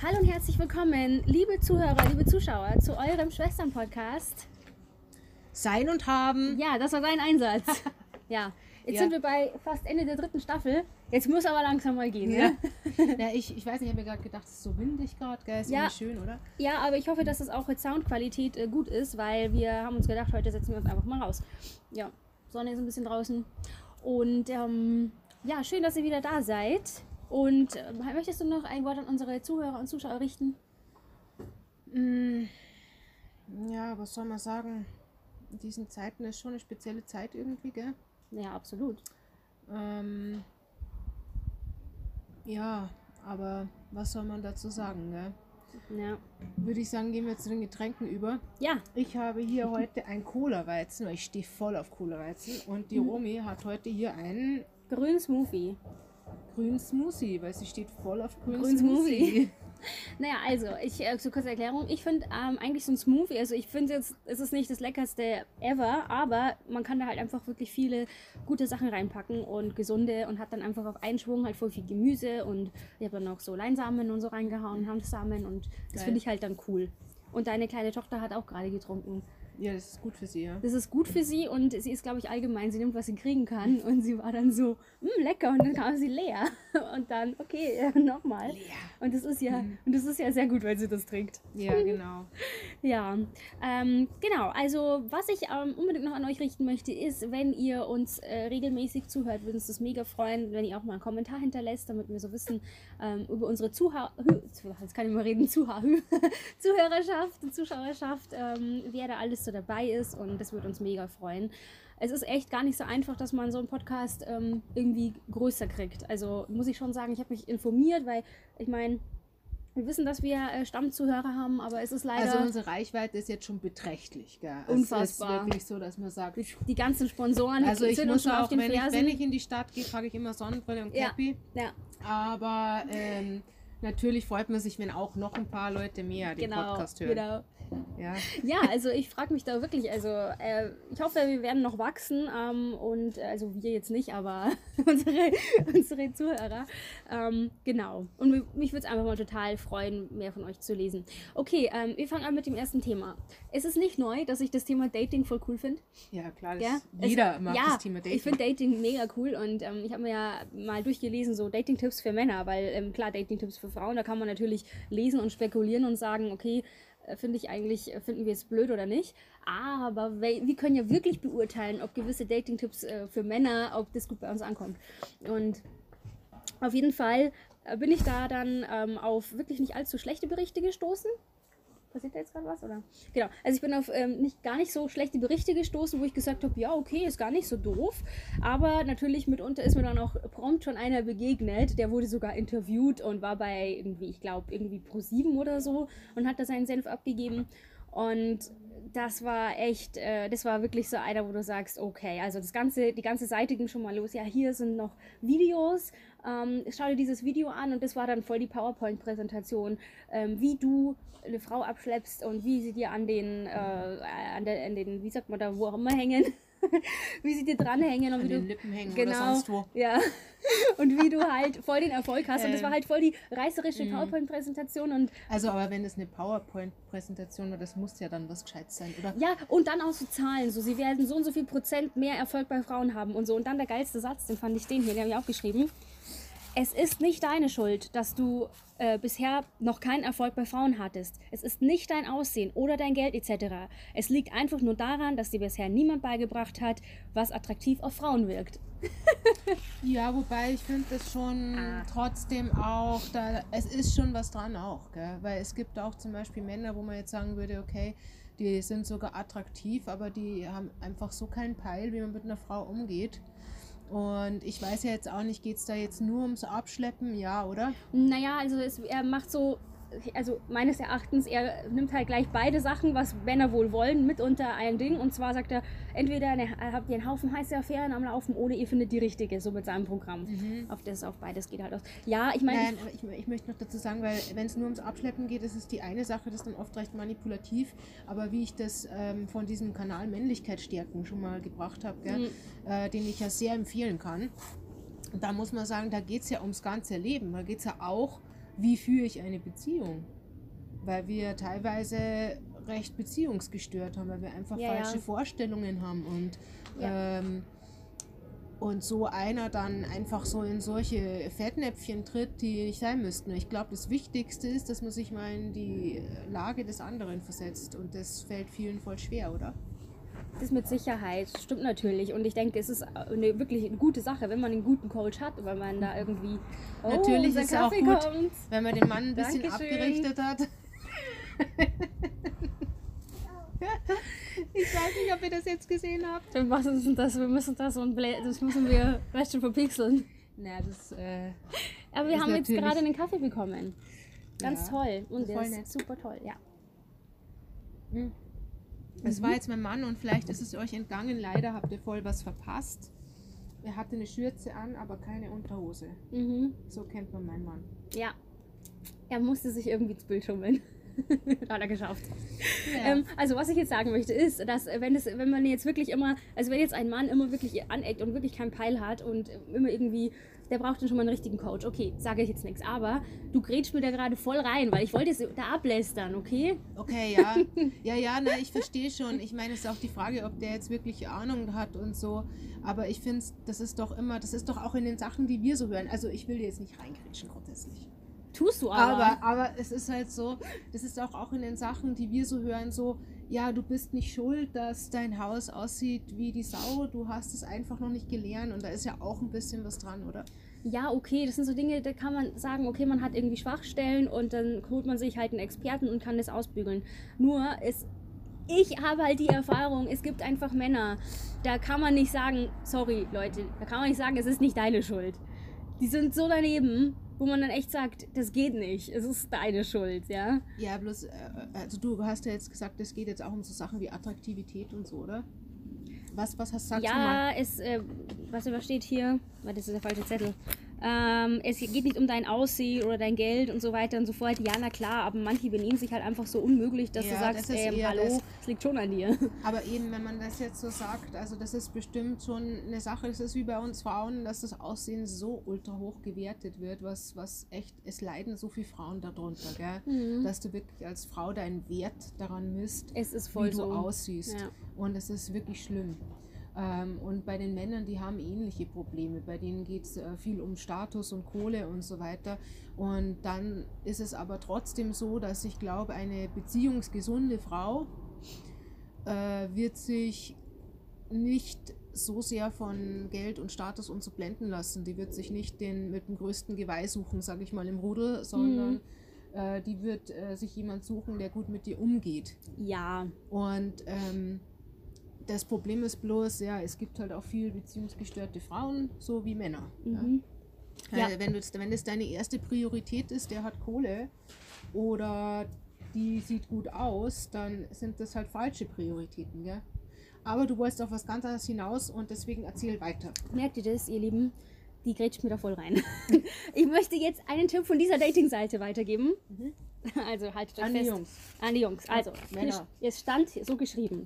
Hallo und herzlich willkommen, liebe Zuhörer, liebe Zuschauer, zu eurem Schwestern-Podcast. Sein und haben. Ja, das war dein Einsatz. Ja, jetzt sind wir bei fast Ende der 3. Staffel. Jetzt muss aber langsam mal gehen, Ja. ne? Ja, ich weiß nicht, ich habe mir gerade gedacht, es ist so windig gerade, gell? Ist Ja. irgendwie schön, oder? Ja, aber ich hoffe, dass das auch mit Soundqualität gut ist, weil wir haben uns gedacht, heute setzen wir uns einfach mal raus. Ja, Sonne ist ein bisschen draußen. Und ja, schön, dass ihr wieder da seid. Und möchtest du noch ein Wort an unsere Zuhörer und Zuschauer richten? Ja, was soll man sagen? In diesen Zeiten ist schon eine spezielle Zeit irgendwie, gell? Ja, absolut. Ja, aber was soll man dazu sagen, gell? Ja. Würde ich sagen, gehen wir zu den Getränken über. Ja, Ich habe hier heute ein Cola-Weizen, weil ich stehe voll auf Cola-Weizen. Und die Romy hat heute hier einen grünen Smoothie. grünen Smoothie, weil sie steht voll auf grünen Grünen Smoothie. Smoothie. Naja, also, so kurze Erklärung. Ich finde eigentlich so ein Smoothie, also ich finde jetzt, es ist nicht das leckerste ever, aber man kann da halt einfach wirklich viele gute Sachen reinpacken und gesunde und hat dann einfach auf einen Schwung halt voll viel Gemüse und ich habe dann noch so Leinsamen und so reingehauen, Hanfsamen und das Geil. finde ich halt dann cool. Und deine kleine Tochter hat auch gerade getrunken. Ja, das ist gut für sie, ja. Das ist gut für sie und sie ist, glaube ich, allgemein, sie nimmt, was sie kriegen kann und sie war dann so, lecker und dann kam sie leer und dann, okay, nochmal. Leer. Und das ist ja sehr gut, weil sie das trinkt. Ja, genau. Ja, genau. Also was ich unbedingt noch an euch richten möchte, ist, wenn ihr uns regelmäßig zuhört, würde uns das mega freuen, wenn ihr auch mal einen Kommentar hinterlässt, damit wir so wissen über unsere jetzt kann ich mal reden, Zuhörerschaft und Zuschauerschaft, wer da alles so dabei ist und das würde uns mega freuen. Es ist echt gar nicht so einfach, dass man so einen Podcast irgendwie größer kriegt. Also muss ich schon sagen, ich habe mich informiert, weil ich meine, wir wissen, dass wir Stammzuhörer haben, aber es ist leider Also unsere Reichweite ist jetzt schon beträchtlich, gell? Unfassbar. Es ist wirklich so, dass man sagt, die ganzen Sponsoren also ich sind muss uns schon auch, auf den Fersen. wenn ich in die Stadt gehe, trage ich immer Sonnenbrille und Ja. Cappy. Ja, Aber natürlich freut man sich, wenn auch noch ein paar Leute mehr den Podcast hören. genau. Ja. Ja, also ich frage mich da wirklich, also ich hoffe, wir werden noch wachsen und also wir jetzt nicht, aber unsere Zuhörer, genau. Und mich würde es einfach mal total freuen, mehr von euch zu lesen. Okay, wir fangen an mit dem ersten Thema. Es ist nicht neu, dass ich das Thema Dating voll cool finde. Ja, klar, Ja? jeder mag das Thema Dating. Ich finde Dating mega cool und ich habe mir ja mal durchgelesen, so Dating-Tipps für Männer, weil klar, Dating-Tipps für Frauen, da kann man natürlich lesen und spekulieren und sagen, okay, finden wir es blöd oder nicht. Aber wir können ja wirklich beurteilen, ob gewisse Dating-Tipps für Männer, ob das gut bei uns ankommt. Und auf jeden Fall bin ich da dann auf wirklich nicht allzu schlechte Berichte gestoßen. Passiert da jetzt gerade was, oder? Genau, also ich bin auf gar nicht so schlechte Berichte gestoßen, wo ich gesagt habe, ja, okay, ist gar nicht so doof. Aber natürlich mitunter ist mir dann auch prompt schon einer begegnet, der wurde sogar interviewt und war bei irgendwie, ich glaube, irgendwie Pro7 oder so und hat da seinen Senf abgegeben. Und das war echt, das war wirklich so einer, wo du sagst, okay, also die ganze Seite ging schon mal los. Ja, hier sind noch Videos. Schau dir dieses Video an und das war dann voll die PowerPoint-Präsentation, wie du eine Frau abschleppst und wie sie dir an den, wie sagt man da, wo auch immer hängen, wie sie dir dranhängen und An wie den du Lippen hängen genau, oder sonst wo. ja, und wie du halt voll den Erfolg hast und das war halt voll die reißerische PowerPoint-Präsentation und Also, aber wenn es eine PowerPoint-Präsentation war, das muss ja dann was Gescheites sein, oder? ja, und dann auch so Zahlen, so sie werden so und so viel Prozent mehr Erfolg bei Frauen haben und so. Und dann der geilste Satz, den fand ich den hier, den habe ich auch geschrieben. Es ist nicht deine Schuld, dass du bisher noch keinen Erfolg bei Frauen hattest. Es ist nicht dein Aussehen oder dein Geld etc. Es liegt einfach nur daran, dass dir bisher niemand beigebracht hat, was attraktiv auf Frauen wirkt. Ja, wobei ich finde das schon trotzdem auch, es ist schon was dran auch, gell? Weil es gibt auch zum Beispiel Männer, wo man jetzt sagen würde, okay, die sind sogar attraktiv, aber die haben einfach so keinen Peil, wie man mit einer Frau umgeht. Und ich weiß ja jetzt auch nicht, geht es da jetzt nur ums Abschleppen, ja, oder? Naja, also er macht so, also meines Erachtens, er nimmt halt gleich beide Sachen, was Männer wohl wollen, mit unter ein Ding. Und zwar sagt er, entweder habt ihr einen Haufen heiße Affären am Laufen oder ihr findet die richtige, so mit seinem Programm. Auf beides geht halt aus. Ja, ich meine... Nein, aber ich möchte noch dazu sagen, weil wenn es nur ums Abschleppen geht, ist es die eine Sache, das ist dann oft recht manipulativ. Aber wie ich das von diesem Kanal Männlichkeit stärken schon mal gebracht habe, den ich ja sehr empfehlen kann, da muss man sagen, da geht es ja ums ganze Leben. Da geht es ja auch wie führe ich eine Beziehung? Weil wir teilweise recht beziehungsgestört haben, weil wir einfach falsche Vorstellungen haben und so einer dann einfach so in solche Fettnäpfchen tritt, die nicht sein müssten. Ich glaube, das Wichtigste ist, dass man sich mal in die Lage des anderen versetzt und das fällt vielen voll schwer, oder? Das mit Sicherheit, stimmt natürlich. Und ich denke, es ist wirklich eine gute Sache, wenn man einen guten Coach hat, weil man da irgendwie... Natürlich ist es auch gut, wenn man den Mann ein bisschen abgerichtet hat. Ich weiß nicht, ob ihr das jetzt gesehen habt. Was ist denn das? Wir müssen das müssen wir recht schon verpixeln. Na, das, aber wir haben jetzt gerade einen Kaffee bekommen. Ganz toll. Und der ist nett. super toll, ja. Das war jetzt mein Mann und vielleicht ist es euch entgangen. Leider habt ihr voll was verpasst. Er hatte eine Schürze an, aber keine Unterhose. So kennt man meinen Mann. Ja. Er musste sich irgendwie ins Bild schummeln. Hat er geschafft. Ja. Also was ich jetzt sagen möchte ist, dass wenn man jetzt wirklich immer, also wenn jetzt ein Mann immer wirklich aneckt und wirklich keinen Peil hat und immer irgendwie, der braucht dann schon mal einen richtigen Coach. Okay, sage ich jetzt nichts, aber du grätschst mir da gerade voll rein, weil ich wollte es da ablästern, okay? Okay, ja. Ja, ne, ich verstehe schon. Ich meine, es ist auch die Frage, ob der jetzt wirklich Ahnung hat und so. Aber ich finde, das ist doch auch in den Sachen, die wir so hören. Also ich will dir jetzt nicht reingrätschen, grundsätzlich. Tust du aber. Aber es ist halt so, das ist auch in den Sachen, die wir so hören, so, ja, du bist nicht schuld, dass dein Haus aussieht wie die Sau, du hast es einfach noch nicht gelernt und da ist ja auch ein bisschen was dran, oder? Ja, okay, das sind so Dinge, da kann man sagen, okay, man hat irgendwie Schwachstellen und dann holt man sich halt einen Experten und kann das ausbügeln. Ich habe halt die Erfahrung, es gibt einfach Männer, da kann man nicht sagen, sorry Leute, da kann man nicht sagen, es ist nicht deine Schuld. Die sind so daneben, wo man dann echt sagt, das geht nicht, es ist deine Schuld, ja? Ja, bloß, also du hast ja jetzt gesagt, es geht jetzt auch um so Sachen wie Attraktivität und so, oder? Was sagst du mal? Ja, was übersteht hier? Warte, das ist der falsche Zettel. Es geht nicht um dein Aussehen oder dein Geld und so weiter und so fort. Ja, na klar, aber manche benehmen sich halt einfach so unmöglich, dass du sagst, hallo, es liegt schon an dir. Aber eben, wenn man das jetzt so sagt, also das ist bestimmt schon eine Sache, das ist wie bei uns Frauen, dass das Aussehen so ultra hoch gewertet wird, was echt, es leiden so viele Frauen darunter, gell? Dass du wirklich als Frau deinen Wert daran misst, es ist voll wie so. Du aussiehst. Ja. Und es ist wirklich schlimm. Und bei den Männern, die haben ähnliche Probleme. Bei denen geht es viel um Status und Kohle und so weiter. Und dann ist es aber trotzdem so, dass ich glaube, eine beziehungsgesunde Frau wird sich nicht so sehr von Geld und Status und so blenden lassen. Die wird sich nicht mit dem größten Geweih suchen, sage ich mal, im Rudel, sondern die wird sich jemand suchen, der gut mit dir umgeht. Ja. Und das Problem ist bloß, ja, es gibt halt auch viel beziehungsgestörte Frauen, so wie Männer. Ja. Wenn das deine erste Priorität ist, der hat Kohle oder die sieht gut aus, dann sind das halt falsche Prioritäten, gell? Aber du wolltest auf was ganz anderes hinaus und deswegen erzähl weiter. Merkt ihr das, ihr Lieben? Die grätscht mir da voll rein. Ich möchte jetzt einen Tipp von dieser Dating-Seite weitergeben. Also haltet euch fest. An die Jungs. Also, es stand so geschrieben.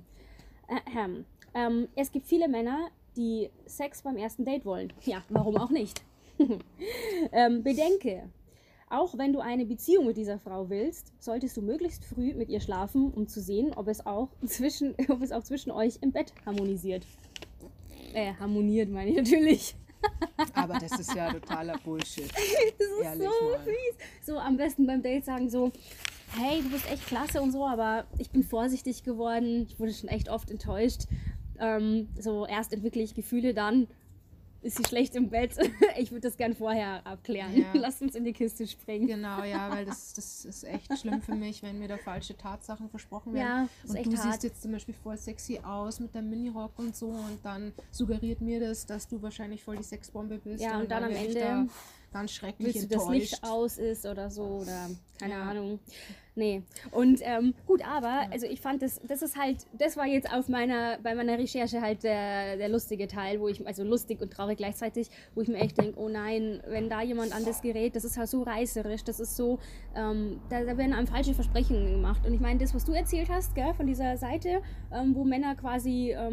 Es gibt viele Männer, die Sex beim ersten Date wollen. Ja, warum auch nicht? Bedenke, auch wenn du eine Beziehung mit dieser Frau willst, solltest du möglichst früh mit ihr schlafen, um zu sehen, ob es auch zwischen euch im Bett harmonisiert. Harmoniert meine ich natürlich. Aber das ist ja totaler Bullshit. Das ist ehrlich, so fies. So am besten beim Date sagen so, hey, du bist echt klasse und so, aber ich bin vorsichtig geworden. Ich wurde schon echt oft enttäuscht. So erst entwickle ich Gefühle, dann ist sie schlecht im Bett. Ich würde das gern vorher abklären. Ja. Lasst uns in die Kiste springen. Genau, ja, weil das ist echt schlimm für mich, wenn mir da falsche Tatsachen versprochen werden. Ja, das ist und echt du hart. Siehst jetzt zum Beispiel voll sexy aus mit deinem Minirock und so und dann suggeriert mir das, dass du wahrscheinlich voll die Sexbombe bist. Ja, und dann am Ende ganz schrecklich willst du, enttäuscht. das Licht aus ist oder so oder keine Ahnung. Nee. Und gut, aber also ich fand das ist halt, das war jetzt bei meiner Recherche halt der lustige Teil, also lustig und traurig gleichzeitig, wo ich mir echt denke, oh nein, wenn da jemand an das gerät, das ist halt so reißerisch, das ist so, da werden einem falsche Versprechungen gemacht. Und ich meine, das, was du erzählt hast, gell, von dieser Seite, wo Männer quasi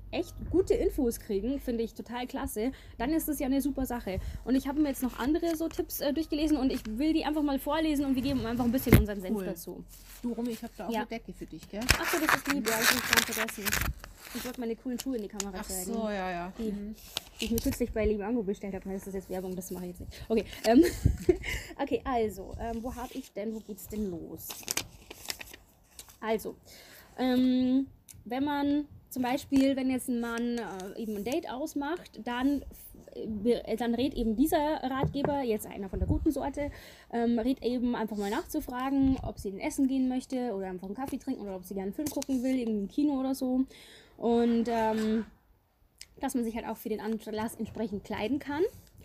echt gute Infos kriegen, finde ich total klasse, dann ist das ja eine super Sache. Und ich habe mir jetzt noch andere so Tipps durchgelesen und ich will die einfach mal vorlesen und wir geben einfach ein bisschen unseren Senf dazu. Du, Romy, ich habe da auch Ja. eine Decke für dich, gell? Achso, das ist lieb, ja, ich habe ganz vergessen. Ich wollte meine coolen Schuhe in die Kamera Ach zeigen. so, ja. Die ich mir kürzlich bei Libango bestellt habe. Das ist jetzt Werbung, das mache ich jetzt nicht. Okay, okay, also, wo habe ich denn, wo geht's denn los? Also, wenn man zum Beispiel, wenn jetzt ein Mann eben ein Date ausmacht, dann rät eben dieser Ratgeber, jetzt einer von der guten Sorte, rät eben einfach mal nachzufragen, ob sie in Essen gehen möchte oder einfach einen Kaffee trinken oder ob sie gerne einen Film gucken will, irgendwie im Kino oder so. Und dass man sich halt auch für den Anlass entsprechend kleiden kann.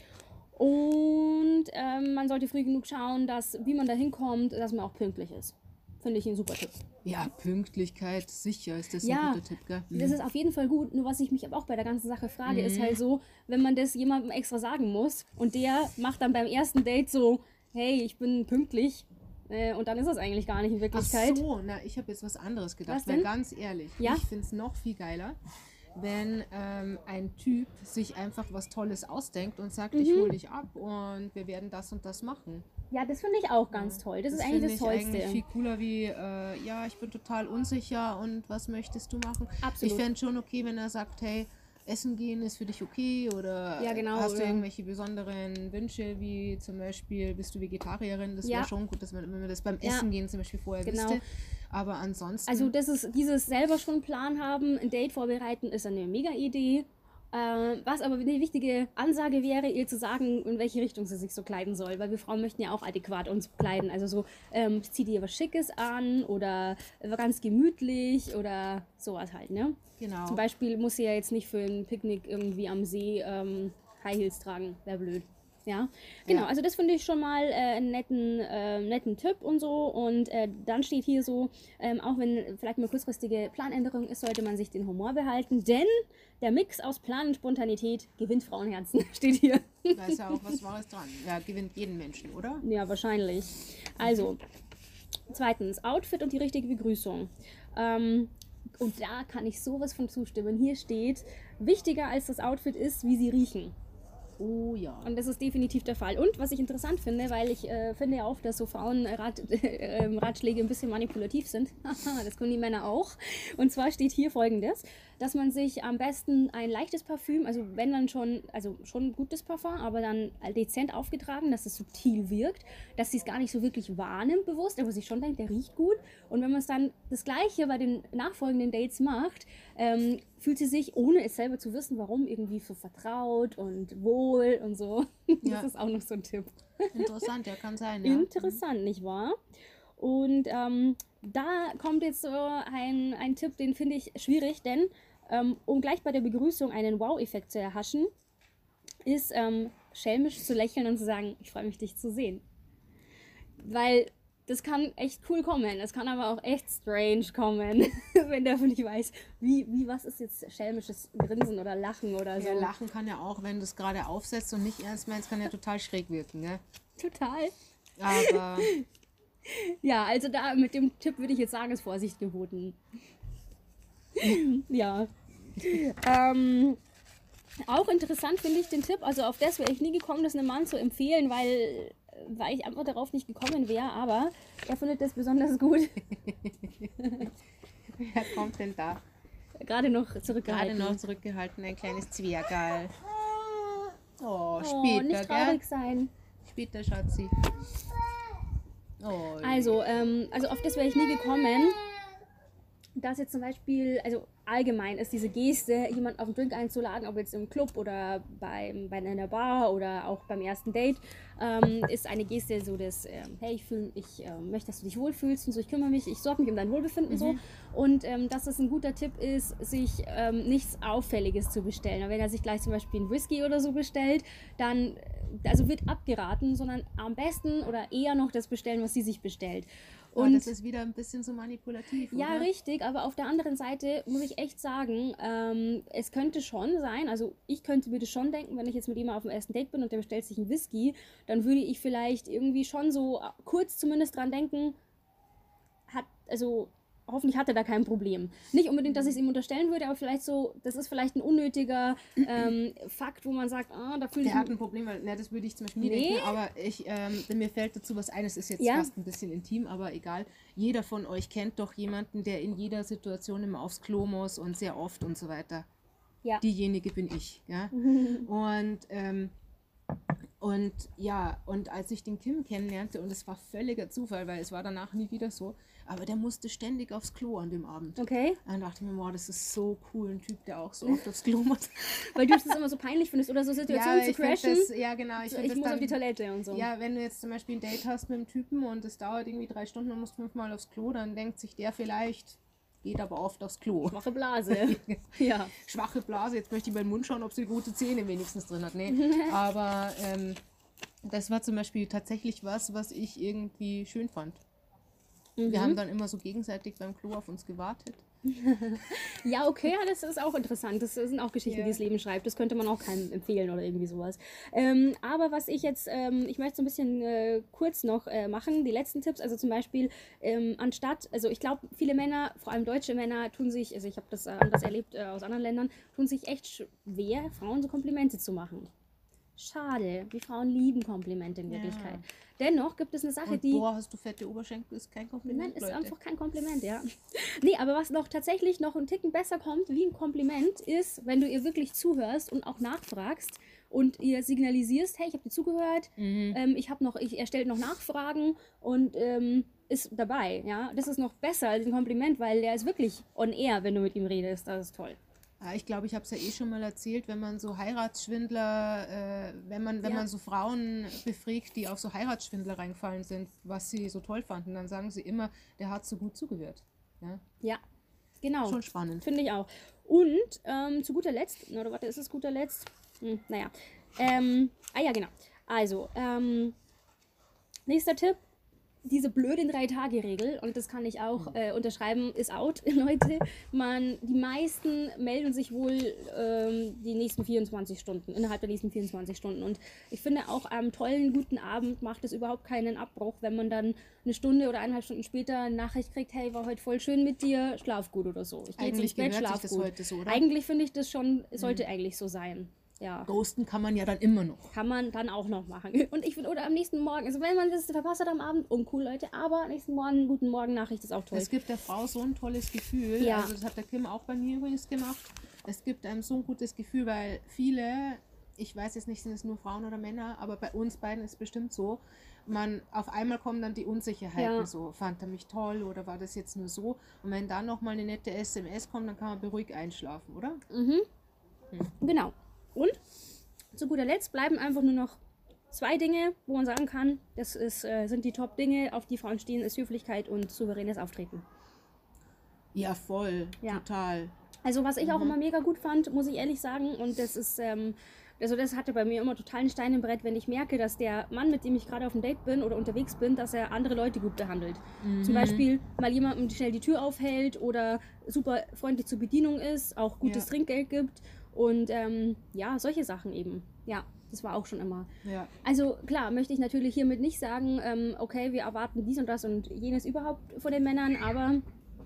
Und man sollte früh genug schauen, dass, wie man da hinkommt, dass man auch pünktlich ist. Finde ich ein super Tipp. Ja, Pünktlichkeit, sicher ist das ein Ja, guter Tipp, gell? das ist auf jeden Fall gut. Nur was ich mich aber auch bei der ganzen Sache frage, ist halt so, wenn man das jemandem extra sagen muss und der macht dann beim ersten Date so, hey, ich bin pünktlich. Und dann ist das eigentlich gar nicht in Wirklichkeit. Ach so, na, ich habe jetzt was anderes gedacht. Was denn? Weil ganz ehrlich, Ja? ich finde es noch viel geiler, wenn ein Typ sich einfach was Tolles ausdenkt und sagt, ich hole dich ab und wir werden das und das machen. Ja, das finde ich auch ganz toll. Das ist eigentlich das finde ich Tollste. eigentlich viel cooler wie, ja, ich bin total unsicher und was möchtest du machen? Absolut. Ich fände schon okay, wenn er sagt, hey, Essen gehen ist für dich okay oder Ja, genau, hast du oder- irgendwelche besonderen Wünsche, wie zum Beispiel, bist du Vegetarierin? Das Ja. wäre schon gut, dass man, wenn man das beim Ja. Essen gehen zum Beispiel vorher Genau. wüsste. Aber ansonsten... Also das ist dieses selber schon einen Plan haben, ein Date vorbereiten, ist eine mega Idee. Was aber eine wichtige Ansage wäre, ihr zu sagen, in welche Richtung sie sich so kleiden soll, weil wir Frauen möchten ja auch adäquat uns kleiden. Also so, zieh dir was Schickes an oder ganz gemütlich oder sowas halt, ne? Genau. Zum Beispiel muss sie ja jetzt nicht für ein Picknick irgendwie am See High Heels tragen, wäre blöd. Ja, genau, Ja. also das finde ich schon mal einen netten Tipp und so. Und dann steht hier so, auch wenn vielleicht mal kurzfristige Planänderung ist, sollte man sich den Humor behalten, denn der Mix aus Plan und Spontanität gewinnt Frauenherzen, steht hier. Da ist ja auch was Wahres dran. Ja, gewinnt jeden Menschen, oder? Ja, wahrscheinlich. Also, zweitens, Outfit und die richtige Begrüßung. Und da kann ich sowas von zustimmen. Hier steht, wichtiger als das Outfit ist, wie sie riechen. Oh ja. Und das ist definitiv der Fall. Und was ich interessant finde, weil ich finde ja oft, dass so Ratschläge ein bisschen manipulativ sind. Das können die Männer auch. Und zwar steht hier Folgendes, dass man sich am besten ein leichtes Parfüm, also wenn dann schon, also schon ein gutes Parfum, aber dann dezent aufgetragen, dass es subtil wirkt, dass sie es gar nicht so wirklich wahrnimmt bewusst, aber sich schon denkt, der riecht gut. Und wenn man es dann das Gleiche bei den nachfolgenden Dates macht, fühlt sie sich, ohne es selber zu wissen, warum, irgendwie so vertraut und wohl und so. Ja. Das ist auch noch so ein Tipp. Interessant, ja, kann sein, ja. Interessant, nicht wahr? Und da kommt jetzt so ein Tipp, den finde ich schwierig, denn um gleich bei der Begrüßung einen Wow-Effekt zu erhaschen, ist schelmisch zu lächeln und zu sagen, ich freue mich, dich zu sehen. Weil das kann echt cool kommen, es kann aber auch echt strange kommen, wenn der nicht weiß, was ist jetzt schelmisches Grinsen oder Lachen oder so. Ja, Lachen kann ja auch, wenn du es gerade aufsetzt und nicht ernst meinst, kann ja total schräg wirken, ne? Total. Aber Ja, also da mit dem Tipp würde ich jetzt sagen, ist Vorsicht geboten. Ja. Auch interessant finde ich den Tipp, also auf das wäre ich nie gekommen, das einem Mann zu empfehlen, weil ich einfach darauf nicht gekommen wäre, aber er findet das besonders gut. wer kommt denn da? Gerade noch Gerade zurückgehalten. noch zurückgehalten, ein kleines Zwergerl. Oh, Oh, später, nicht gell? traurig sein. Später, Schatzi. Oh, Also auf das wäre ich nie gekommen, dass jetzt zum Beispiel, also allgemein ist diese Geste, jemanden auf einen Drink einzuladen, ob jetzt im Club oder bei einer Bar oder auch beim ersten Date, ist eine Geste so des, hey, ich möchte, dass du dich wohlfühlst und so, ich kümmere mich, ich sorge mich um dein Wohlbefinden so. Und dass es ein guter Tipp ist, sich nichts Auffälliges zu bestellen. Wenn er sich gleich zum Beispiel einen Whisky oder so bestellt, dann also wird abgeraten, sondern am besten oder eher noch das bestellen, was sie sich bestellt. Und das ist wieder ein bisschen so manipulativ, Ja, oder? richtig, aber auf der anderen Seite muss ich echt sagen, es könnte schon sein, also ich könnte mir das schon denken, wenn ich jetzt mit jemandem auf dem ersten Date bin und der bestellt sich einen Whisky, dann würde ich vielleicht irgendwie schon so kurz zumindest dran denken, hoffentlich hat er da kein Problem. Nicht unbedingt, dass ich es ihm unterstellen würde, aber vielleicht so, das ist vielleicht ein unnötiger Fakt, wo man sagt, da fühle ich Der hat ein Problem, weil, das würde ich zum Beispiel nie denken, aber mir fällt dazu was ein, es ist jetzt fast ein bisschen intim, aber egal. Jeder von euch kennt doch jemanden, der in jeder Situation immer aufs Klo muss und sehr oft und so weiter. Ja. Diejenige bin ich, ja. Und als ich den Kim kennenlernte, und es war völliger Zufall, weil es war danach nie wieder so, aber der musste ständig aufs Klo an dem Abend. Okay. Dann dachte ich mir, wow, das ist so cool, ein Typ, der auch so oft aufs Klo muss. Weil du das immer so peinlich findest oder so Situationen zu crashen. Genau. Ich muss auf die Toilette und so. Ja, wenn du jetzt zum Beispiel ein Date hast mit einem Typen und es dauert irgendwie 3 Stunden und musst 5-mal aufs Klo, dann denkt sich der vielleicht, geht aber oft aufs Klo. Schwache Blase. Ja. Schwache Blase, jetzt möchte ich meinen Mund schauen, ob sie gute Zähne wenigstens drin hat. Nee, aber das war zum Beispiel tatsächlich was ich irgendwie schön fand. Wir haben dann immer so gegenseitig beim Klo auf uns gewartet. Ja, okay, ja, das ist auch interessant. Das sind auch Geschichten, die das Leben schreibt. Das könnte man auch keinem empfehlen oder irgendwie sowas. Aber was ich jetzt, ich möchte so ein bisschen kurz noch machen, die letzten Tipps. Also zum Beispiel also ich glaube, viele Männer, vor allem deutsche Männer, tun sich, also ich habe das anders erlebt aus anderen Ländern, tun sich echt schwer, Frauen so Komplimente zu machen. Schade, die Frauen lieben Komplimente in Wirklichkeit. Dennoch gibt es eine Sache, und boah, hast du fette Oberschenkel, ist kein Kompliment, Nein, ist Leute. einfach kein Kompliment, ja. Nee, aber was noch tatsächlich noch einen Ticken besser kommt wie ein Kompliment ist, wenn du ihr wirklich zuhörst und auch nachfragst und ihr signalisierst, hey, ich habe dir zugehört, ich erstelle noch Nachfragen und ist dabei, ja. Das ist noch besser als ein Kompliment, weil der ist wirklich on air, wenn du mit ihm redest, das ist toll. Ja, ich glaube, ich habe es ja schon mal erzählt, wenn man so Heiratsschwindler, wenn man so Frauen befragt, die auf so Heiratsschwindler reingefallen sind, was sie so toll fanden, dann sagen sie immer, der hat so gut zugehört. Ja, genau. Schon spannend. Finde ich auch. Und zu guter Letzt, oder warte, ist es guter Letzt? Ja, genau. Also, nächster Tipp. Diese blöde 3-Tage-Regel, und das kann ich auch unterschreiben, ist out, Leute. Die meisten melden sich wohl innerhalb der nächsten 24 Stunden. Und ich finde auch am tollen, guten Abend macht es überhaupt keinen Abbruch, wenn man dann eine Stunde oder 1,5 Stunden später eine Nachricht kriegt, hey, war heute voll schön mit dir, schlaf gut oder so. Ich gehe jetzt ins Bett, schlaf gut. Heute so, oder? Eigentlich finde ich das schon, sollte eigentlich so sein. Ja. Ghosten kann man ja dann immer noch. Kann man dann auch noch machen. Und ich finde, oder am nächsten Morgen, also wenn man das verpasst hat am Abend, uncool, Leute, aber nächsten Morgen, guten Morgen, Nachricht ist auch toll. Es gibt der Frau so ein tolles Gefühl, also das hat der Kim auch bei mir übrigens gemacht, es gibt einem so ein gutes Gefühl, weil viele, ich weiß jetzt nicht, sind es nur Frauen oder Männer, aber bei uns beiden ist es bestimmt so, auf einmal kommen dann die Unsicherheiten, so, fand er mich toll oder war das jetzt nur so? Und wenn dann nochmal eine nette SMS kommt, dann kann man beruhigt einschlafen, oder? Genau. Und zu guter Letzt bleiben einfach nur noch 2 Dinge, wo man sagen kann, das sind die Top-Dinge, auf die Frauen stehen, ist Höflichkeit und souveränes Auftreten. Ja, voll, total. Also was ich auch immer mega gut fand, muss ich ehrlich sagen, und das ist, also das hatte bei mir immer total einen Stein im Brett, wenn ich merke, dass der Mann, mit dem ich gerade auf dem Date bin oder unterwegs bin, dass er andere Leute gut behandelt. Zum Beispiel mal jemandem schnell die Tür aufhält oder super freundlich zur Bedienung ist, auch gutes Trinkgeld gibt. Und solche Sachen eben. Ja, das war auch schon immer. Ja. Also klar, möchte ich natürlich hiermit nicht sagen, okay, wir erwarten dies und das und jenes überhaupt von den Männern, aber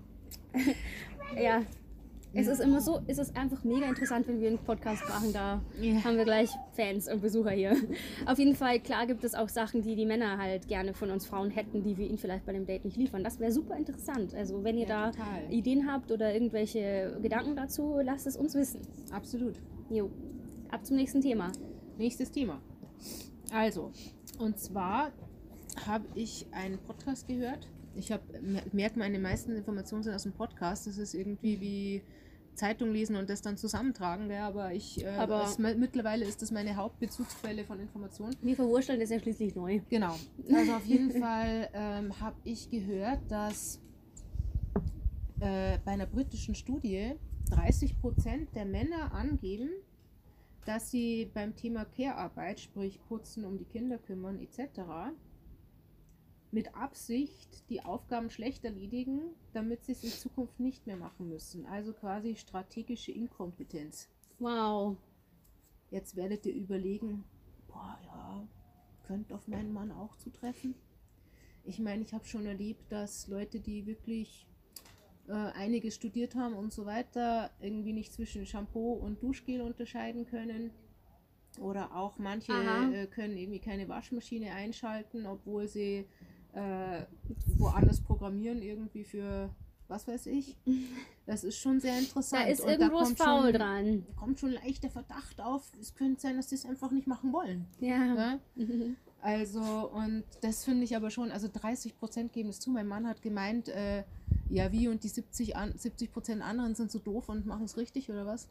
es ist immer so, es ist einfach mega interessant, wenn wir einen Podcast machen, da haben wir gleich Fans und Besucher hier. Auf jeden Fall, klar gibt es auch Sachen, die Männer halt gerne von uns Frauen hätten, die wir ihnen vielleicht bei dem Date nicht liefern. Das wäre super interessant. Also wenn ihr da total Ideen habt oder irgendwelche Gedanken dazu, lasst es uns wissen. Absolut. Jo, ab zum nächsten Thema. Nächstes Thema. Also, und zwar habe ich einen Podcast gehört. Ich merke, meine meisten Informationen sind aus dem Podcast. Das ist irgendwie wie Zeitung lesen und das dann zusammentragen, ja, aber mittlerweile ist das meine Hauptbezugsquelle von Informationen. Wir verwurschteln das ja schließlich neu. Genau. Also auf jeden Fall habe ich gehört, dass bei einer britischen Studie 30% der Männer angeben, dass sie beim Thema Care-Arbeit, sprich putzen, um die Kinder kümmern etc., mit Absicht die Aufgaben schlecht erledigen, damit sie es in Zukunft nicht mehr machen müssen. Also quasi strategische Inkompetenz. Wow. Jetzt werdet ihr überlegen, könnte auf meinen Mann auch zutreffen. Ich meine, ich habe schon erlebt, dass Leute, die wirklich einige studiert haben und so weiter, irgendwie nicht zwischen Shampoo und Duschgel unterscheiden können. Oder auch manche können irgendwie keine Waschmaschine einschalten, obwohl sie woanders programmieren, irgendwie für was weiß ich. Das ist schon sehr interessant. Da ist und irgendwas faul dran. Kommt schon leicht der Verdacht auf, es könnte sein, dass sie es einfach nicht machen wollen. Ja. Also, und das finde ich aber schon, also 30% geben es zu. Mein Mann hat gemeint, ja wie, und die 70% anderen sind so doof und machen es richtig, oder was?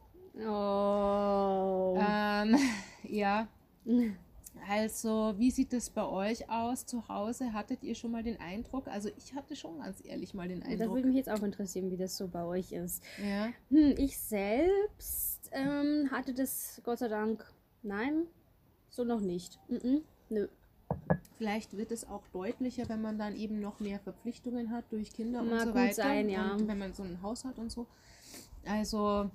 Oh. Ja. Also, wie sieht es bei euch aus zu Hause? Hattet ihr schon mal den Eindruck? Also, ich hatte schon ganz ehrlich mal den Eindruck. Das würde mich jetzt auch interessieren, wie das so bei euch ist. Ja. Ich selbst hatte das, Gott sei Dank, nein, so noch nicht. Nö. Vielleicht wird es auch deutlicher, wenn man dann eben noch mehr Verpflichtungen hat durch Kinder und so gut weiter. Sein, ja. Und wenn man so ein Haus hat und so. Also,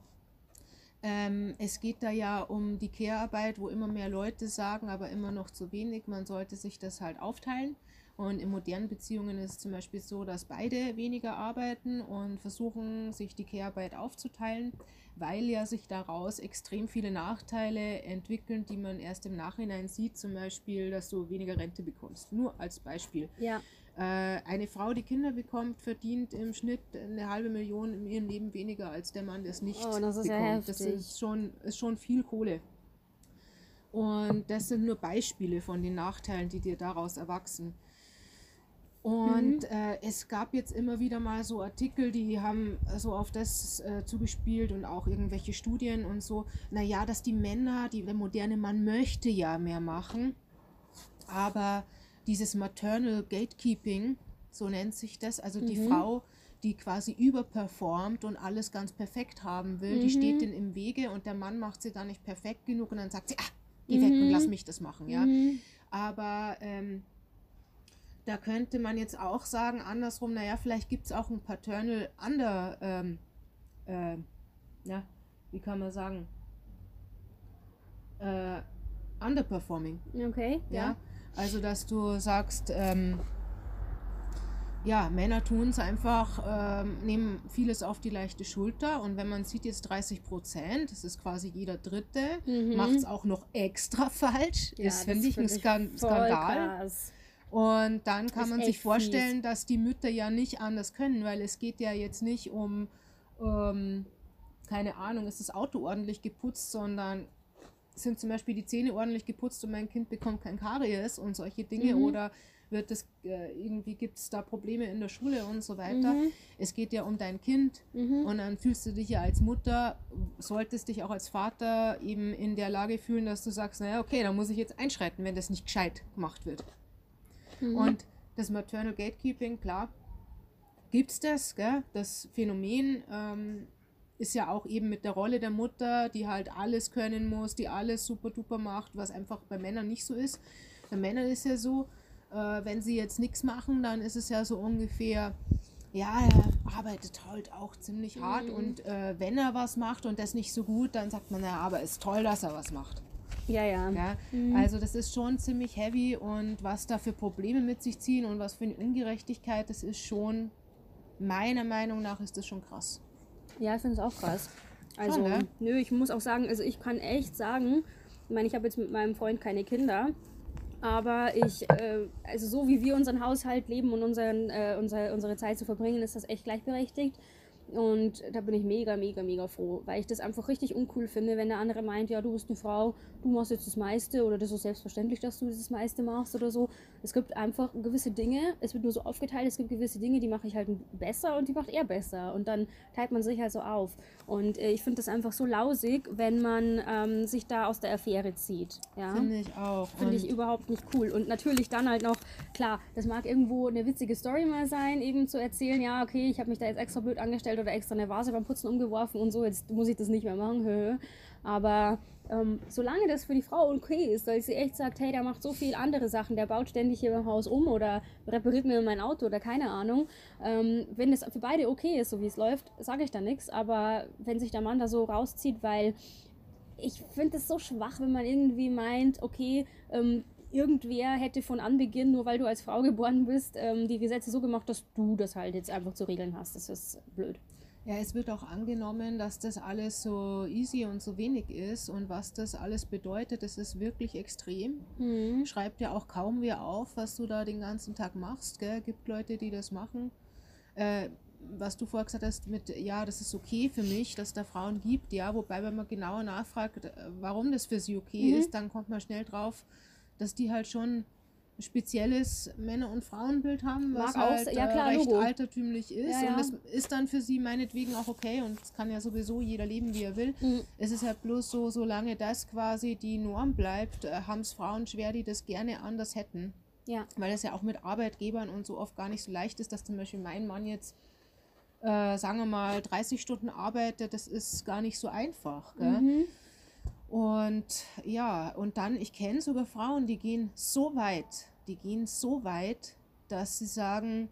es geht da ja um die Care-Arbeit, wo immer mehr Leute sagen, aber immer noch zu wenig. Man sollte sich das halt aufteilen. Und in modernen Beziehungen ist es zum Beispiel so, dass beide weniger arbeiten und versuchen, sich die Care-Arbeit aufzuteilen, weil ja sich daraus extrem viele Nachteile entwickeln, die man erst im Nachhinein sieht. Zum Beispiel, dass du weniger Rente bekommst. Nur als Beispiel. Ja. Eine Frau, die Kinder bekommt, verdient im Schnitt 500.000 in ihrem Leben weniger als der Mann, der es nicht das ist bekommt. Ja heftig. Das ist schon viel Kohle. Und das sind nur Beispiele von den Nachteilen, die dir daraus erwachsen. Und es gab jetzt immer wieder mal so Artikel, die haben so auf das zugespielt und auch irgendwelche Studien und so. Naja, dass die Männer, der moderne Mann möchte ja mehr machen, aber dieses Maternal Gatekeeping, so nennt sich das, also die Frau, die quasi überperformt und alles ganz perfekt haben will, die steht denen im Wege und der Mann macht sie dann nicht perfekt genug und dann sagt sie, geh weg und lass mich das machen, ja. Aber da könnte man jetzt auch sagen, andersrum, naja, vielleicht gibt es auch ein Paternal wie kann man sagen, Underperforming. Okay, ja. Also, dass du sagst, ja, Männer tun es einfach, nehmen vieles auf die leichte Schulter und wenn man sieht jetzt 30%, das ist quasi jeder Dritte, macht es auch noch extra falsch. Ja, das finde ich ein Skandal. Krass. Und dann kann Ist man sich echt vorstellen, fies. dass die Mütter ja nicht anders können, weil es geht ja jetzt nicht um, keine Ahnung, ist das Auto ordentlich geputzt, sondern sind zum Beispiel die Zähne ordentlich geputzt und mein Kind bekommt kein Karies und solche Dinge oder wird es irgendwie gibt es da Probleme in der Schule und so weiter. Es geht ja um dein Kind und dann fühlst du dich ja als Mutter, solltest dich auch als Vater eben in der Lage fühlen, dass du sagst, naja, okay, da muss ich jetzt einschreiten, wenn das nicht gescheit gemacht wird. Und das Maternal Gatekeeping, klar, gibt es das, gell? Das Phänomen ist ja auch eben mit der Rolle der Mutter, die halt alles können muss, die alles super duper macht, was einfach bei Männern nicht so ist. Bei Männern ist ja so, wenn sie jetzt nichts machen, dann ist es ja so ungefähr, ja, er arbeitet halt auch ziemlich hart und wenn er was macht und das nicht so gut, dann sagt man, ja, aber ist toll, dass er was macht. Ja. Also das ist schon ziemlich heavy und was da für Probleme mit sich ziehen und was für eine Ungerechtigkeit, das ist schon, meiner Meinung nach ist das schon krass. Ja, ich finde es auch krass. Also, Schon, ne? nö, ich muss auch sagen, also ich kann echt sagen, ich meine, ich habe jetzt mit meinem Freund keine Kinder, aber also so wie wir unseren Haushalt leben und unsere Zeit zu verbringen, ist das echt gleichberechtigt. Und da bin ich mega, mega, mega froh, weil ich das einfach richtig uncool finde, wenn der andere meint, ja, du bist eine Frau, du machst jetzt das meiste oder das ist selbstverständlich, dass du das meiste machst oder so. Es gibt einfach gewisse Dinge, es wird nur so aufgeteilt, es gibt gewisse Dinge, die mache ich halt besser und die macht er besser und dann teilt man sich halt so auf. Und ich finde das einfach so lausig, wenn man sich da aus der Affäre zieht. Ja? Finde ich auch. Finde ich überhaupt nicht cool. Und natürlich dann halt noch, klar, das mag irgendwo eine witzige Story mal sein, eben zu erzählen, ja, okay, ich habe mich da jetzt extra blöd angestellt oder extra eine Vase beim Putzen umgeworfen und so, jetzt muss ich das nicht mehr machen. Aber solange das für die Frau okay ist, weil sie echt sagt, hey, der macht so viel andere Sachen, der baut ständig hier im Haus um oder repariert mir mein Auto oder keine Ahnung. Wenn das für beide okay ist, so wie es läuft, sage ich da nichts. Aber wenn sich der Mann da so rauszieht, weil ich finde es so schwach, wenn man irgendwie meint, okay, irgendwer hätte von Anbeginn, nur weil du als Frau geboren bist, die Gesetze so gemacht, dass du das halt jetzt einfach zu regeln hast. Das ist blöd. Ja, es wird auch angenommen, dass das alles so easy und so wenig ist und was das alles bedeutet, das ist wirklich extrem. Schreibt ja auch kaum wer auf, was du da den ganzen Tag machst, gell? Gibt Leute, die das machen. Was du vorher gesagt hast mit, ja, das ist okay für mich, dass es da Frauen gibt, ja, wobei, wenn man genauer nachfragt, warum das für sie okay ist, dann kommt man schnell drauf, dass die halt schon ein spezielles Männer- und Frauenbild haben, was halt recht Logo. altertümlich ist. Und das ist dann für sie meinetwegen auch okay und es kann ja sowieso jeder leben, wie er will. Es ist halt bloß so, solange das quasi die Norm bleibt, haben es Frauen schwer, die das gerne anders hätten. Ja. Weil das ja auch mit Arbeitgebern und so oft gar nicht so leicht ist, dass zum Beispiel mein Mann jetzt, sagen wir mal, 30 Stunden arbeitet, das ist gar nicht so einfach. Gell? Und ja, und dann, ich kenne sogar Frauen, die gehen so weit, dass sie sagen,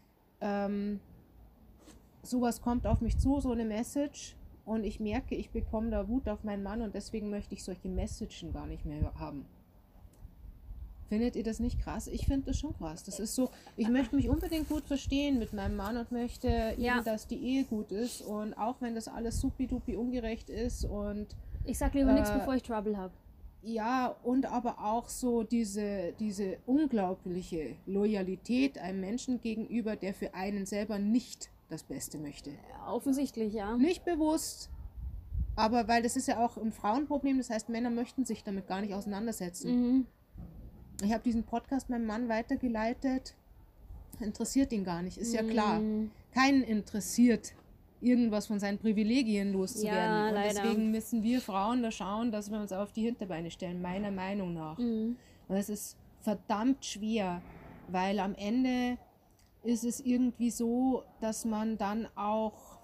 sowas kommt auf mich zu, so eine Message, und ich merke, ich bekomme da Wut auf meinen Mann und deswegen möchte ich solche Messagen gar nicht mehr haben. Findet ihr das nicht krass? Ich finde das schon krass. Das ist so, ich möchte mich unbedingt gut verstehen mit meinem Mann und möchte eben, dass die Ehe gut ist, und auch wenn das alles supi-dupi ungerecht ist und ich sag lieber nichts, bevor ich Trouble habe. ja, und aber auch so diese unglaubliche Loyalität einem Menschen gegenüber, der für einen selber nicht das Beste möchte. Offensichtlich, ja. Nicht bewusst, aber weil das ist ja auch ein Frauenproblem, das heißt, Männer möchten sich damit gar nicht auseinandersetzen. Ich habe diesen Podcast meinem Mann weitergeleitet, interessiert ihn gar nicht, ist ja klar. Keinen interessiert, irgendwas von seinen Privilegien loszuwerden. Und leider. deswegen müssen wir Frauen da schauen, dass wir uns auf die Hinterbeine stellen, meiner Meinung nach. Und das ist verdammt schwer, weil am Ende ist es irgendwie so, dass man dann auch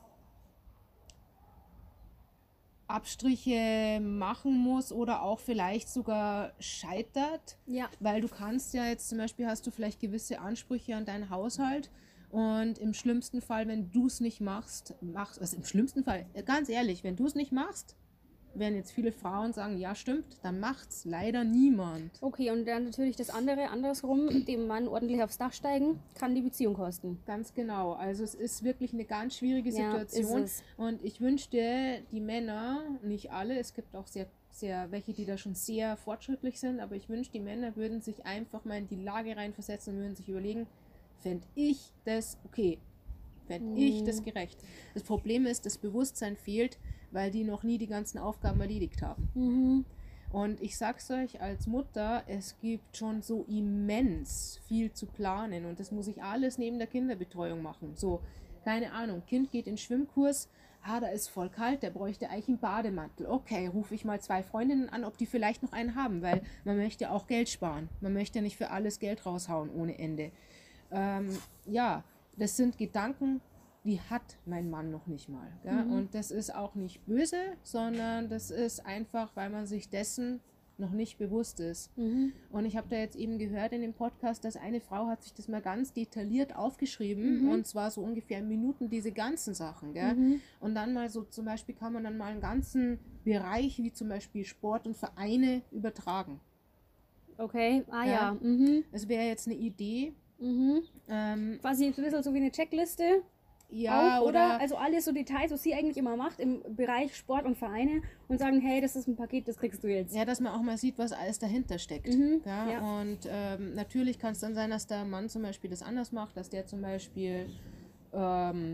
Abstriche machen muss oder auch vielleicht sogar scheitert, weil du kannst ja jetzt zum Beispiel, hast du vielleicht gewisse Ansprüche an deinen Haushalt, und im schlimmsten Fall, wenn du es nicht machst, also im schlimmsten Fall, ganz ehrlich, wenn du es nicht machst, werden jetzt viele Frauen sagen, ja stimmt, dann macht's leider niemand. Okay, und dann natürlich das andersrum, dem Mann ordentlich aufs Dach steigen, kann die Beziehung kosten. Ganz genau, also es ist wirklich eine ganz schwierige Situation, und ich wünschte, die Männer, nicht alle, es gibt auch sehr welche, die da schon sehr fortschrittlich sind, aber ich wünschte, die Männer würden sich einfach mal in die Lage reinversetzen und würden sich überlegen, fände ich das okay? Fände ich das gerecht? Das Problem ist, das Bewusstsein fehlt, weil die noch nie die ganzen Aufgaben erledigt haben. Und ich sag's euch als Mutter, es gibt schon so immens viel zu planen, und das muss ich alles neben der Kinderbetreuung machen. So, keine Ahnung, Kind geht in Schwimmkurs, da ist voll kalt, der bräuchte eigentlich einen Bademantel. Okay, rufe ich mal 2 Freundinnen an, ob die vielleicht noch einen haben, weil man möchte auch Geld sparen. Man möchte ja nicht für alles Geld raushauen ohne Ende. Ja, das sind Gedanken, die hat mein Mann noch nicht mal. Gell? Und das ist auch nicht böse, sondern das ist einfach, weil man sich dessen noch nicht bewusst ist. Und ich habe da jetzt eben gehört in dem Podcast, dass eine Frau hat sich das mal ganz detailliert aufgeschrieben, und zwar so ungefähr in Minuten, diese ganzen Sachen. Gell? Und dann mal so, zum Beispiel kann man dann mal einen ganzen Bereich, wie zum Beispiel Sport und Vereine, übertragen. Okay, ja. Das wäre jetzt eine Idee. Quasi ein bisschen so wie eine Checkliste. Ja, auch, oder? Also alles so Details, was sie eigentlich immer macht im Bereich Sport und Vereine, und sagen, hey, das ist ein Paket, das kriegst du jetzt. Ja, dass man auch mal sieht, was alles dahinter steckt. Und natürlich kann es dann sein, dass der Mann zum Beispiel das anders macht, dass der zum Beispiel dann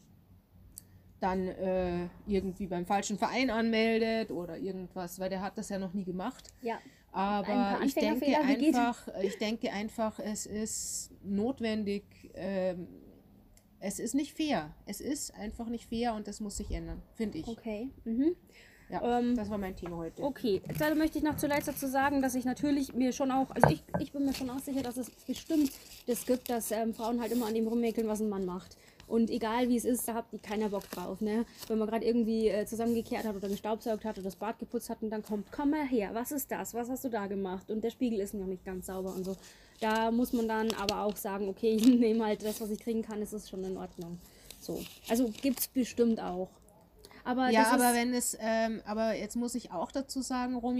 irgendwie beim falschen Verein anmeldet oder irgendwas, weil der hat das ja noch nie gemacht. Ja. Aber ich denke einfach, es ist notwendig, es ist nicht fair. Es ist einfach nicht fair, und das muss sich ändern, finde ich. Okay. Ja, das war mein Thema heute. Okay, da möchte ich noch zuletzt dazu sagen, dass ich natürlich mir schon auch, also ich bin mir schon auch sicher, dass es bestimmt das gibt, dass Frauen halt immer an dem rummäkeln, was ein Mann macht. Und egal wie es ist, da hat die keiner Bock drauf, ne? Wenn man gerade irgendwie zusammengekehrt hat oder gestaubsaugt hat oder das Bad geputzt hat und dann kommt, komm mal her, was ist das? Was hast du da gemacht? Und der Spiegel ist noch nicht ganz sauber und so. Da muss man dann aber auch sagen, okay, ich nehme halt das, was ich kriegen kann, ist es schon in Ordnung. So. Also gibt's bestimmt auch. Aber ja, aber wenn es, aber jetzt muss ich auch dazu sagen, Romy,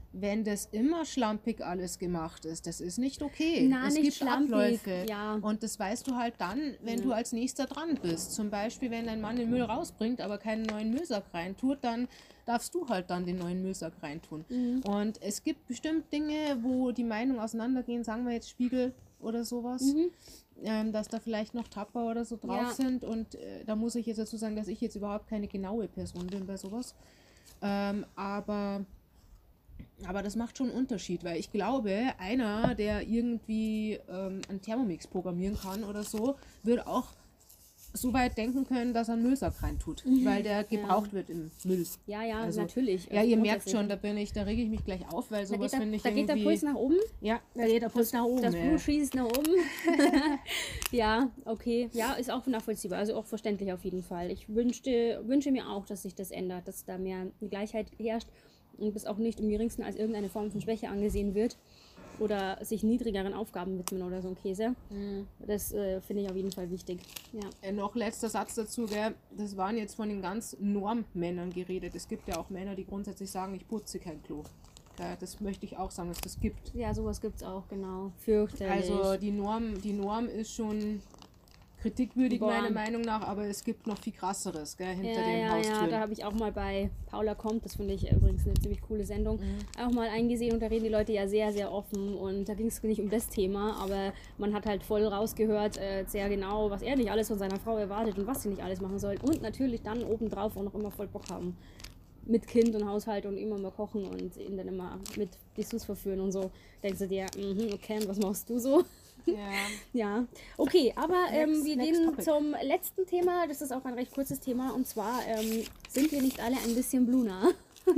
wenn das immer schlampig alles gemacht ist, das ist nicht okay. Na, es nicht gibt schlampig, Abläufe. ja. Und das weißt du halt dann, wenn du als Nächster dran bist. Zum Beispiel, wenn dein Mann den Müll rausbringt, aber keinen neuen Müllsack reintut, dann darfst du halt dann den neuen Müllsack reintun. Und es gibt bestimmt Dinge, wo die Meinungen auseinandergehen, sagen wir jetzt Spiegel oder sowas, dass da vielleicht noch Tapper oder so drauf sind. Und da muss ich jetzt dazu sagen, dass ich jetzt überhaupt keine genaue Person bin bei sowas. Aber das macht schon einen Unterschied, weil ich glaube, einer, der irgendwie einen Thermomix programmieren kann oder so, wird auch so weit denken können, dass er einen Müllsack reintut, weil der gebraucht wird im Müll. Ja, ja, Also, natürlich. Ja, ihr merkt schon, da rege ich mich gleich auf, weil sowas finde ich irgendwie... Da geht der Puls nach oben? Ja, da geht der Puls nach oben. Das Blut schießt nach oben. Ja, okay. Ja, ist auch nachvollziehbar, also auch verständlich auf jeden Fall. Ich wünsche mir auch, dass sich das ändert, dass da mehr eine Gleichheit herrscht und das auch nicht im geringsten als irgendeine Form von Schwäche angesehen wird oder sich niedrigeren Aufgaben widmen oder so ein Käse. Das finde ich auf jeden Fall wichtig. Ja. Noch letzter Satz dazu, gell? Das waren jetzt von den ganz Normmännern geredet. Es gibt ja auch Männer, die grundsätzlich sagen, ich putze kein Klo. Gell? Das möchte ich auch sagen, dass das gibt. Ja, sowas gibt es auch, genau. Fürchterlich. Also die Norm ist schon kritikwürdig, meiner Meinung nach, aber es gibt noch viel krasseres, gell, hinter den Haustüren. Ja, da habe ich auch mal bei Paula kommt, das finde ich übrigens eine ziemlich coole Sendung, auch mal eingesehen und da reden die Leute ja sehr, sehr offen und da ging es nicht um das Thema, aber man hat halt voll rausgehört, sehr genau, was er nicht alles von seiner Frau erwartet und was sie nicht alles machen soll und natürlich dann obendrauf auch noch immer voll Bock haben. Mit Kind und Haushalt und immer mal kochen und ihn dann immer mit Dessous verführen und so. Denkst du dir, okay, was machst du so? Ja, okay, aber wir gehen zum letzten Thema. Das ist auch ein recht kurzes Thema und zwar sind wir nicht alle ein bisschen Bluna?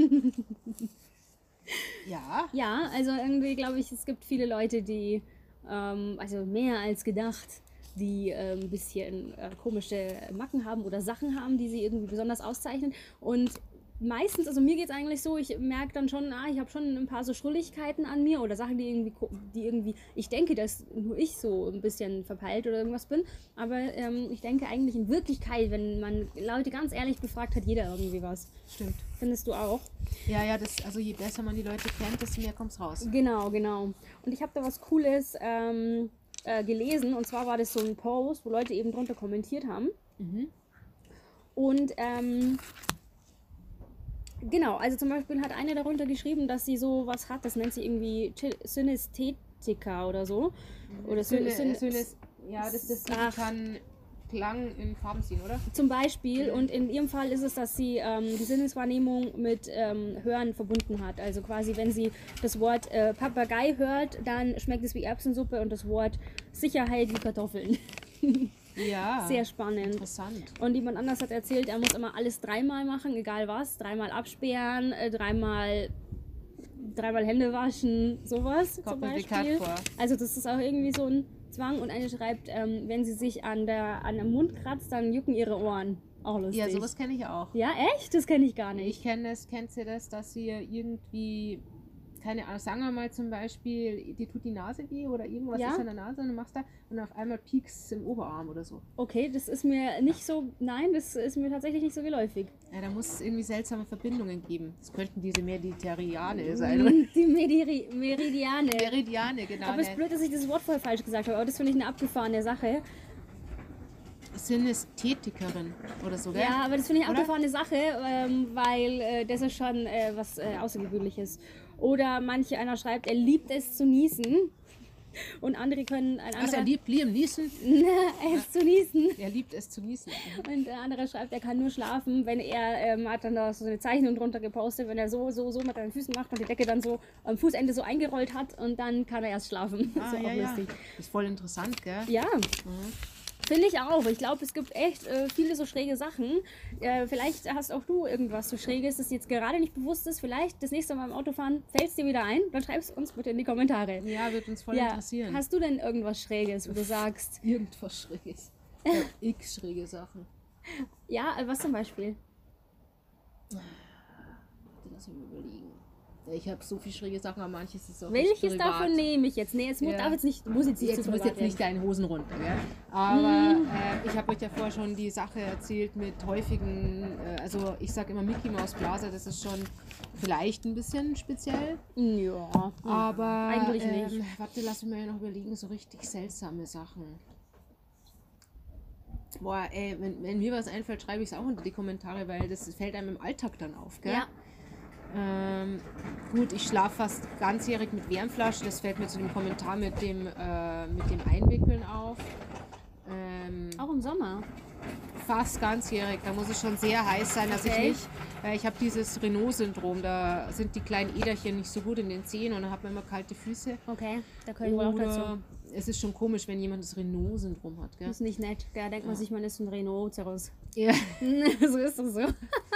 Ja. Ja, also irgendwie glaube ich, es gibt viele Leute, die, also mehr als gedacht, die ein bisschen komische Macken haben oder Sachen haben, die sie irgendwie besonders auszeichnen und meistens, also mir geht es eigentlich so, ich merke dann schon, ich habe schon ein paar so Schrulligkeiten an mir oder Sachen, die irgendwie, ich denke, dass nur ich so ein bisschen verpeilt oder irgendwas bin, aber ich denke eigentlich in Wirklichkeit, wenn man Leute ganz ehrlich befragt, hat jeder irgendwie was. Stimmt. Findest du auch? Ja, also je besser man die Leute kennt, desto mehr kommt's raus. Genau. Und ich habe da was Cooles gelesen und zwar war das so ein Post, wo Leute eben drunter kommentiert haben. Und genau, also zum Beispiel hat eine darunter geschrieben, dass sie so was hat, das nennt sie irgendwie Synästhetika oder so. Oder ja, das kann Klang in Farben ziehen, oder? Zum Beispiel, und in ihrem Fall ist es, dass sie die Sinneswahrnehmung mit Hören verbunden hat. Also quasi, wenn sie das Wort Papagei hört, dann schmeckt es wie Erbsensuppe und das Wort Sicherheit wie Kartoffeln. Ja, sehr spannend. Interessant. Und jemand anders hat erzählt, er muss immer alles dreimal machen, egal was. Dreimal absperren, dreimal Hände waschen, sowas zum Beispiel. Also das ist auch irgendwie so ein Zwang. Und eine schreibt, wenn sie sich an dem Mund kratzt, dann jucken ihre Ohren. Auch lustig. Ja, sowas kenne ich auch. Ja, echt? Das kenne ich gar nicht. Ich kenne das, kennst du das, dass sie irgendwie... keine Ahnung, sagen wir mal zum Beispiel, dir tut die Nase weh oder irgendwas ist an der Nase und du machst da und auf einmal piekst im Oberarm oder so. Okay, das ist mir nicht so, nein, das ist mir tatsächlich nicht so geläufig. Ja, da muss es irgendwie seltsame Verbindungen geben. Das könnten diese Mediterrane sein. Die Meridiane. Meridiane, genau. Aber es ist blöd, dass ich das Wort voll falsch gesagt habe, aber das finde ich eine abgefahrene Sache. Synästhetikerin oder so, gell? Ja, aber das finde ich eine abgefahrene Sache, weil das ist schon was Außergewöhnliches. Oder einer schreibt, er liebt es zu niesen. Und andere können... er liebt Liam Neeson? Es zu niesen. Er liebt es zu niesen. Und der andere schreibt, er kann nur schlafen, wenn er, hat dann da so eine Zeichnung drunter gepostet, wenn er so mit seinen Füßen macht und die Decke dann so am Fußende so eingerollt hat und dann kann er erst schlafen. Das ist auch lustig. Das ist voll interessant, gell? Ja. Finde ich auch. Ich glaube, es gibt echt viele so schräge Sachen. Vielleicht hast auch du irgendwas so Schräges, das jetzt gerade nicht bewusst ist. Vielleicht das nächste Mal beim Autofahren fällt es dir wieder ein. Dann schreibst du uns bitte in die Kommentare. Ja, wird uns voll interessieren. Hast du denn irgendwas Schräges, wo du sagst... Irgendwas Schräges. Ja, x schräge Sachen. Ja, was zum Beispiel? Lass mich überlegen. Ich habe so viele schräge Sachen, aber manches ist auch Welches davon nehme ich jetzt? Nee, es muss, darf jetzt nicht, muss jetzt nicht jetzt zu muss privat jetzt nicht werden. deine Hosen runter, gell? Aber ich habe euch ja vorher schon die Sache erzählt mit häufigen, also ich sage immer Mickey Maus Blaser, das ist schon vielleicht ein bisschen speziell. Ja, Aber eigentlich nicht. warte, lass mich mal noch überlegen, so richtig seltsame Sachen. Boah, ey, wenn mir was einfällt, schreibe ich es auch unter die Kommentare, weil das fällt einem im Alltag dann auf, gell? Ja. Gut, ich schlafe fast ganzjährig mit Wärmflasche, das fällt mir zu dem Kommentar mit dem Einwickeln auf. Auch im Sommer. Fast ganzjährig, da muss es schon sehr heiß sein, dass Okay. ich nicht, ich habe dieses Renault-Syndrom, da sind die kleinen Äderchen nicht so gut in den Zehen und dann hat man immer kalte Füße. Okay, da können wir auch dazu. Oder es ist schon komisch, wenn jemand das Renault-Syndrom hat, gell? Das ist nicht nett. Da denkt man sich, man ist ein Renault-Zerriss. Ja. So ist das so.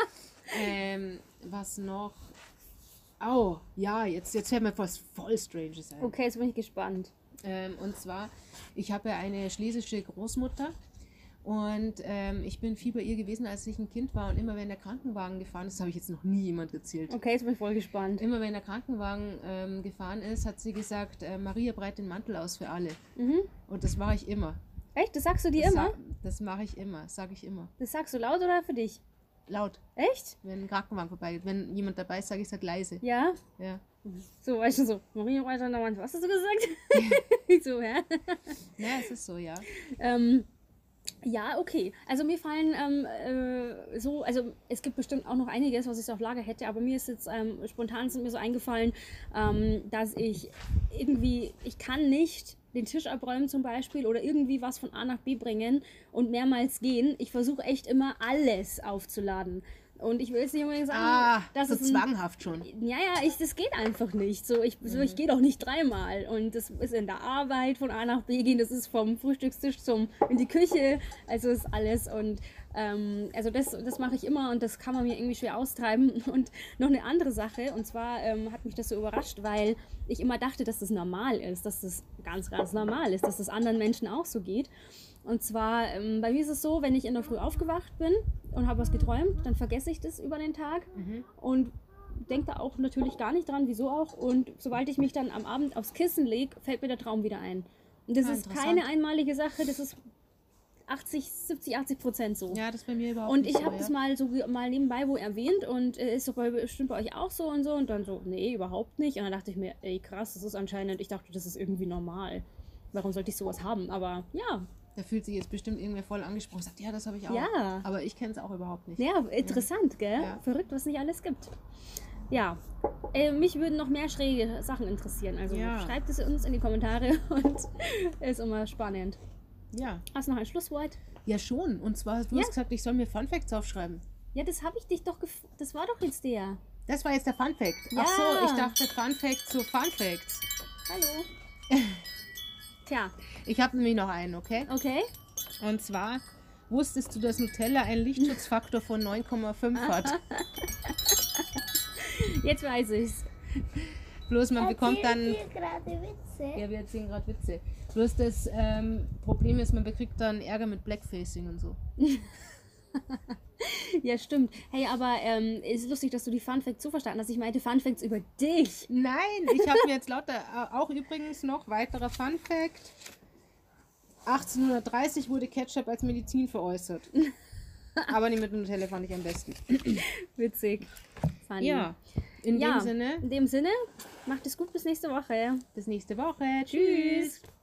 Was noch? Oh, ja, jetzt fällt mir was voll Stranges ein. Okay, jetzt bin ich gespannt. Und zwar, ich habe ja eine schlesische Großmutter und ich bin viel bei ihr gewesen, als ich ein Kind war und immer wenn der Krankenwagen gefahren ist, das habe ich jetzt noch nie jemand erzählt. Okay, jetzt bin ich voll gespannt. Immer wenn der Krankenwagen gefahren ist, hat sie gesagt, Maria, breit den Mantel aus für alle. Und das mache ich immer. Echt? Das sagst du dir immer? Das mache ich immer, sage ich immer. Das sagst du laut oder für dich? Laut, Echt? wenn ein Krankenwagen vorbeigeht. Wenn jemand dabei ist, sage ich es halt leise. Ja? Ja. So, weißt du so, Maria Reiter, was hast du gesagt? Ich so, hä? Ja, es ist so, ja. Ja, okay. Also mir fallen also es gibt bestimmt auch noch einiges, was ich so auf Lager hätte, aber mir ist jetzt spontan sind mir so eingefallen, dass ich kann nicht den Tisch abräumen zum Beispiel oder irgendwie was von A nach B bringen und mehrmals gehen. Ich versuche echt immer alles aufzuladen. Und ich will jetzt nicht unbedingt sagen, dass so es zwanghaft schon. Ja, das geht einfach nicht. Ich gehe doch nicht dreimal. Und das ist in der Arbeit von A nach B gehen, das ist vom Frühstückstisch in die Küche, also ist alles. Und also das mache ich immer und das kann man mir irgendwie schwer austreiben. Und noch eine andere Sache, und zwar hat mich das so überrascht, weil ich immer dachte, dass das normal ist, dass das ganz, ganz normal ist, dass das anderen Menschen auch so geht. Und zwar, bei mir ist es so, wenn ich in der Früh aufgewacht bin und habe was geträumt, dann vergesse ich das über den Tag und denke da auch natürlich gar nicht dran, wieso auch. Und sobald ich mich dann am Abend aufs Kissen lege, fällt mir der Traum wieder ein. Und das ist keine einmalige Sache, das ist 80% so. Ja, das ist bei mir überhaupt Und nicht ich habe das mal nebenbei wo erwähnt und ist doch bestimmt bei euch auch so und so. Und dann so, nee, überhaupt nicht. Und dann dachte ich mir, ey krass, das ist anscheinend, ich dachte, das ist irgendwie normal. Warum sollte ich sowas haben? Aber ja. Da fühlt sich jetzt bestimmt irgendwer voll angesprochen und sagt, ja, das habe ich auch. Ja. Aber ich kenne es auch überhaupt nicht. Ja, interessant, gell? Ja. Verrückt, was nicht alles gibt. Ja, mich würden noch mehr schräge Sachen interessieren. Also schreibt es uns in die Kommentare und ist immer spannend. Ja. Hast du noch ein Schlusswort? Ja, schon. Und zwar hast du hast gesagt, ich soll mir Fun Facts aufschreiben. Ja, das habe ich dich doch das war doch jetzt der. Das war jetzt der Fun Fact. Ja. Ach so, ich dachte Fun Fact zu Fun Facts. Hallo. Tja. Ich habe nämlich noch einen, okay? Okay. Und zwar, wusstest du, dass Nutella einen Lichtschutzfaktor von 9,5 hat? Jetzt weiß ich's. Bloß man bekommt dann... gerade Witze. Ja, wir erzählen gerade Witze. Bloß das Problem ist, man bekriegt dann Ärger mit Blackfacing und so. Ja, stimmt. Hey, aber ist lustig, dass du die Fun Facts so verstanden hast. Ich meinte Fun Facts über dich. Nein, ich habe mir jetzt lauter... Auch übrigens noch weiterer Fun Fact. 1830 wurde Ketchup als Medizin veräußert. Aber die mit Nutella fand ich am besten. Witzig. Funny. Ja, in dem Sinne. In dem Sinne, macht es gut bis nächste Woche. Bis nächste Woche. Tschüss. Tschüss.